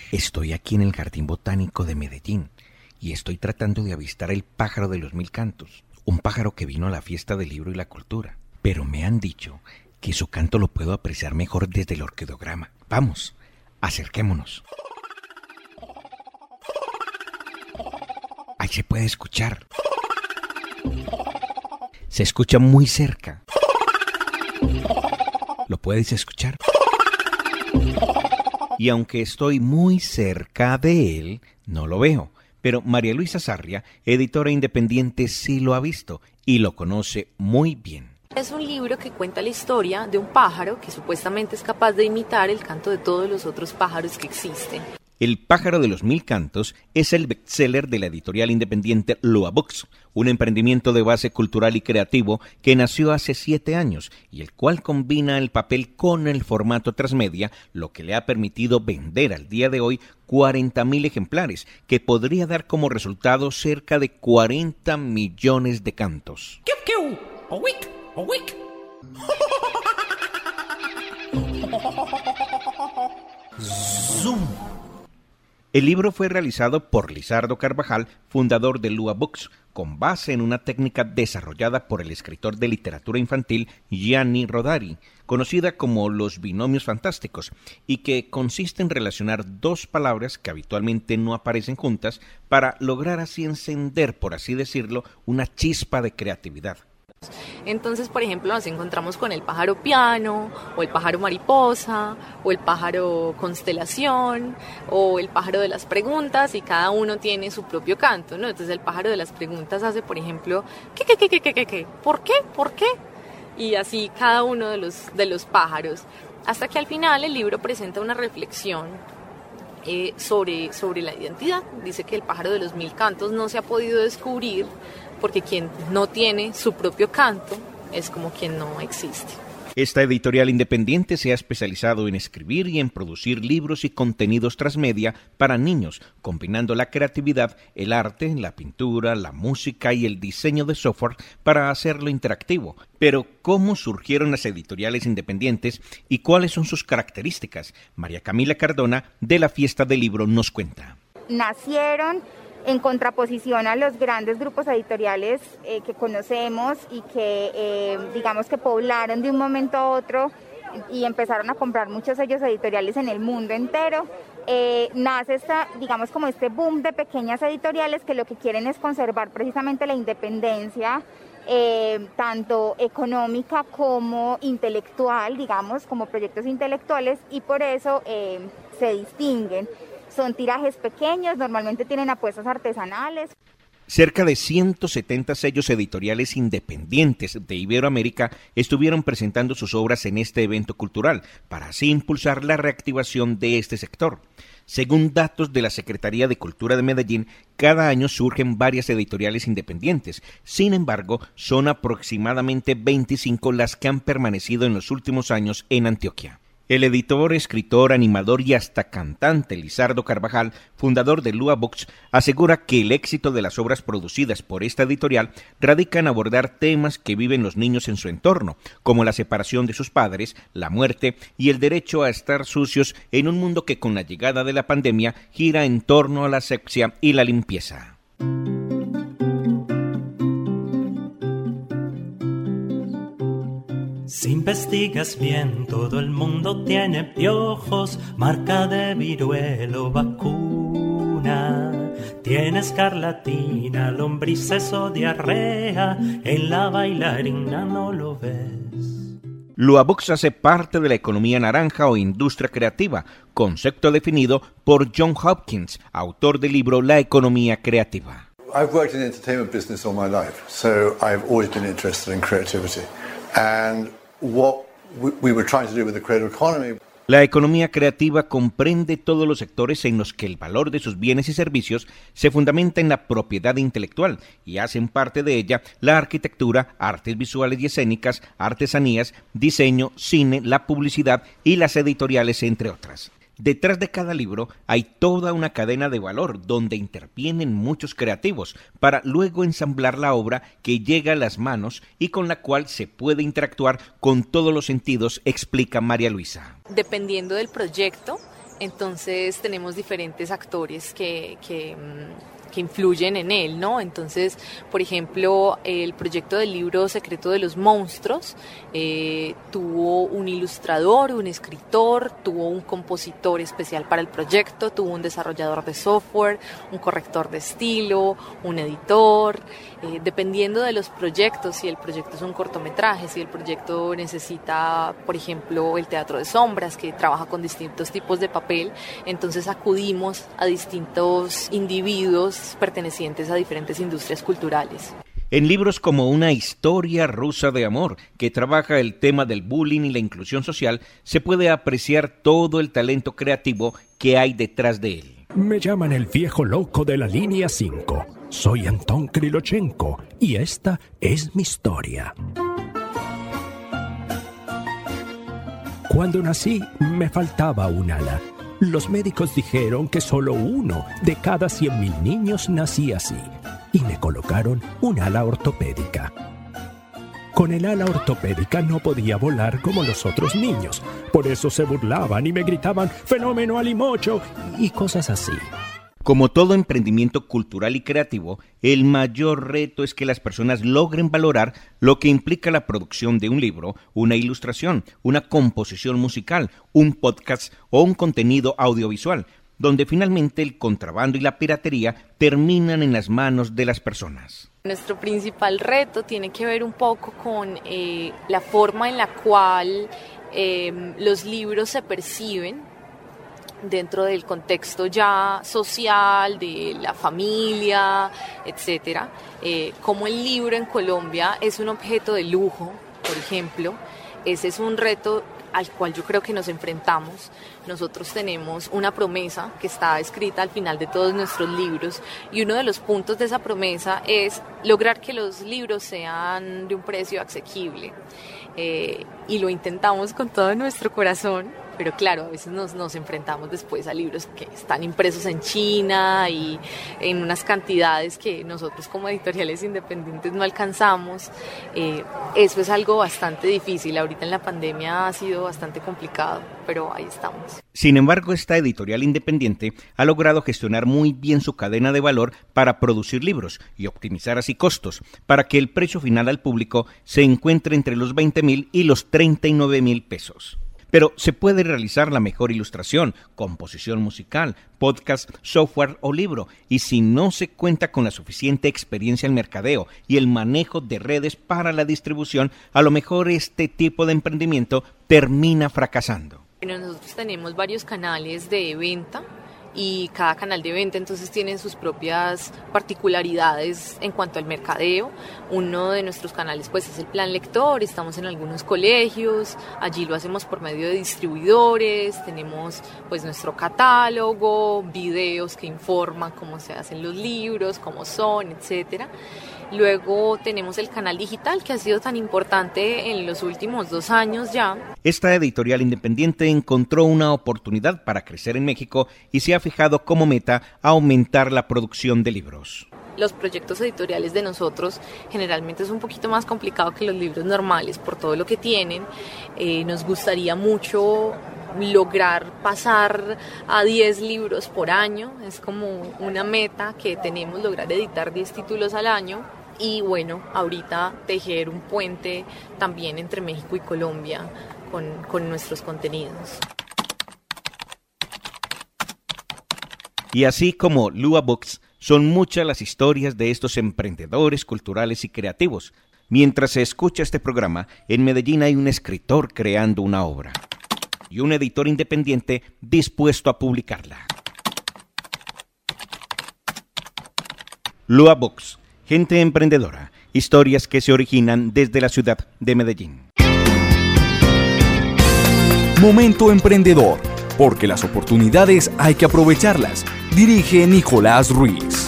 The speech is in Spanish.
Estoy aquí en el Jardín Botánico de Medellín y estoy tratando de avistar el pájaro de los 1000 cantos, un pájaro que vino a la fiesta del libro y la cultura. Pero me han dicho que su canto lo puedo apreciar mejor desde el orquidograma. Vamos, acerquémonos. Ahí se puede escuchar. Se escucha muy cerca. ¿Lo puedes escuchar? Y aunque estoy muy cerca de él, no lo veo. Pero María Luisa Sarria, editora independiente, sí lo ha visto y lo conoce muy bien. Es un libro que cuenta la historia de un pájaro que supuestamente es capaz de imitar el canto de todos los otros pájaros que existen. El pájaro de los 1000 cantos es el bestseller de la editorial independiente Lua Books, un emprendimiento de base cultural y creativo que nació hace 7 años y el cual combina el papel con el formato transmedia, lo que le ha permitido vender al día de hoy 40.000 ejemplares, que podría dar como resultado cerca de 40 millones de cantos. ¡Kiu, kiu! ¡Owic! ¡Owic! ¡Zoom! El libro fue realizado por Lizardo Carvajal, fundador de Lua Books, con base en una técnica desarrollada por el escritor de literatura infantil Gianni Rodari, conocida como los binomios fantásticos, y que consiste en relacionar dos palabras que habitualmente no aparecen juntas para lograr así encender, por así decirlo, una chispa de creatividad. Entonces, por ejemplo, nos encontramos con el pájaro piano, o el pájaro mariposa, o el pájaro constelación, o el pájaro de las preguntas, y cada uno tiene su propio canto, ¿no? Entonces el pájaro de las preguntas hace, por ejemplo, ¿qué? ¿Por qué? ¿Por qué? Y así cada uno de los pájaros, hasta que al final el libro presenta una reflexión sobre la identidad. Dice que el pájaro de los 1000 cantos no se ha podido descubrir porque quien no tiene su propio canto es como quien no existe. Esta editorial independiente se ha especializado en escribir y en producir libros y contenidos transmedia para niños, combinando la creatividad, el arte, la pintura, la música y el diseño de software para hacerlo interactivo. Pero, ¿cómo surgieron las editoriales independientes y cuáles son sus características? María Camila Cardona, de la Fiesta del Libro, nos cuenta. Nacieron en contraposición a los grandes grupos editoriales que conocemos y que digamos que poblaron de un momento a otro y empezaron a comprar muchos sellos editoriales en el mundo entero. Nace digamos como este boom de pequeñas editoriales que lo que quieren es conservar precisamente la independencia tanto económica como intelectual, digamos, como proyectos intelectuales, y por eso se distinguen. Son tirajes pequeños, normalmente tienen apuestas artesanales. Cerca de 170 sellos editoriales independientes de Iberoamérica estuvieron presentando sus obras en este evento cultural, para así impulsar la reactivación de este sector. Según datos de la Secretaría de Cultura de Medellín, cada año surgen varias editoriales independientes. Sin embargo, son aproximadamente 25 las que han permanecido en los últimos años en Antioquia. El editor, escritor, animador y hasta cantante Lizardo Carvajal, fundador de Lua Books, asegura que el éxito de las obras producidas por esta editorial radica en abordar temas que viven los niños en su entorno, como la separación de sus padres, la muerte y el derecho a estar sucios en un mundo que con la llegada de la pandemia gira en torno a la asepsia y la limpieza. Si investigas bien, todo el mundo tiene piojos, marca de viruelo, vacuna. Tiene escarlatina, lombrices o diarrea, en la bailarina no lo ves. Lua Books hace parte de la economía naranja o industria creativa, concepto definido por John Hopkins, autor del libro La economía creativa. I've worked in the entertainment business all my life, so I've always been interested in creativity. And what we were trying to do with the creative economy. La economía creativa comprende todos los sectores en los que el valor de sus bienes y servicios se fundamenta en la propiedad intelectual y hacen parte de ella la arquitectura, artes visuales y escénicas, artesanías, diseño, cine, la publicidad y las editoriales, entre otras. Detrás de cada libro hay toda una cadena de valor donde intervienen muchos creativos para luego ensamblar la obra que llega a las manos y con la cual se puede interactuar con todos los sentidos, explica María Luisa. Dependiendo del proyecto, entonces tenemos diferentes actores que influyen en él, ¿no? Entonces, por ejemplo, el proyecto del libro Secreto de los Monstruos tuvo un ilustrador, un escritor, tuvo un compositor especial para el proyecto, tuvo un desarrollador de software, un corrector de estilo, un editor. Dependiendo de los proyectos, si el proyecto es un cortometraje, si el proyecto necesita, por ejemplo, el teatro de sombras, que trabaja con distintos tipos de papel, entonces acudimos a distintos individuos pertenecientes a diferentes industrias culturales. En libros como Una historia rusa de amor, que trabaja el tema del bullying y la inclusión social, se puede apreciar todo el talento creativo que hay detrás de él. Me llaman el viejo loco de la línea 5. Soy Anton Krylochenko y esta es mi historia. Cuando nací, me faltaba un ala. Los médicos dijeron que solo 1 de cada 100.000 niños nacía así y me colocaron un ala ortopédica. Con el ala ortopédica no podía volar como los otros niños, por eso se burlaban y me gritaban «fenómeno alimocho» y cosas así. Como todo emprendimiento cultural y creativo, el mayor reto es que las personas logren valorar lo que implica la producción de un libro, una ilustración, una composición musical, un podcast o un contenido audiovisual, donde finalmente el contrabando y la piratería terminan en las manos de las personas. Nuestro principal reto tiene que ver un poco con la forma en la cual los libros se perciben dentro del contexto ya social, de la familia, etcétera. Como el libro en Colombia es un objeto de lujo, por ejemplo, ese es un reto al cual yo creo que nos enfrentamos. Nosotros tenemos una promesa que está escrita al final de todos nuestros libros y uno de los puntos de esa promesa es lograr que los libros sean de un precio asequible. Y lo intentamos con todo nuestro corazón, pero claro, a veces nos enfrentamos después a libros que están impresos en China y en unas cantidades que nosotros como editoriales independientes no alcanzamos. Eso es algo bastante difícil. Ahorita en la pandemia ha sido bastante complicado, pero ahí estamos. Sin embargo, esta editorial independiente ha logrado gestionar muy bien su cadena de valor para producir libros y optimizar así costos, para que el precio final al público se encuentre entre los 20.000 y los 39.000 pesos. Pero se puede realizar la mejor ilustración, composición musical, podcast, software o libro, y si no se cuenta con la suficiente experiencia en mercadeo y el manejo de redes para la distribución, a lo mejor este tipo de emprendimiento termina fracasando. Nosotros tenemos varios canales de venta y cada canal de venta entonces tiene sus propias particularidades en cuanto al mercadeo. Uno de nuestros canales pues es el Plan Lector, estamos en algunos colegios, allí lo hacemos por medio de distribuidores, tenemos pues nuestro catálogo, videos que informan cómo se hacen los libros, cómo son, etcétera. Luego tenemos el canal digital que ha sido tan importante en los últimos 2 años ya. Esta editorial independiente encontró una oportunidad para crecer en México y se ha fijado como meta aumentar la producción de libros. Los proyectos editoriales de nosotros generalmente es un poquito más complicado que los libros normales por todo lo que tienen. Nos gustaría mucho lograr pasar a 10 libros por año, es como una meta que tenemos, lograr editar 10 títulos al año y bueno, ahorita tejer un puente también entre México y Colombia con nuestros contenidos. Y así como Lua Books, son muchas las historias de estos emprendedores culturales y creativos. Mientras se escucha este programa, en Medellín hay un escritor creando una obra y un editor independiente dispuesto a publicarla. Lua Books, gente emprendedora, historias que se originan desde la ciudad de Medellín. Momento Emprendedor, porque las oportunidades hay que aprovecharlas. Dirige Nicolás Ruiz.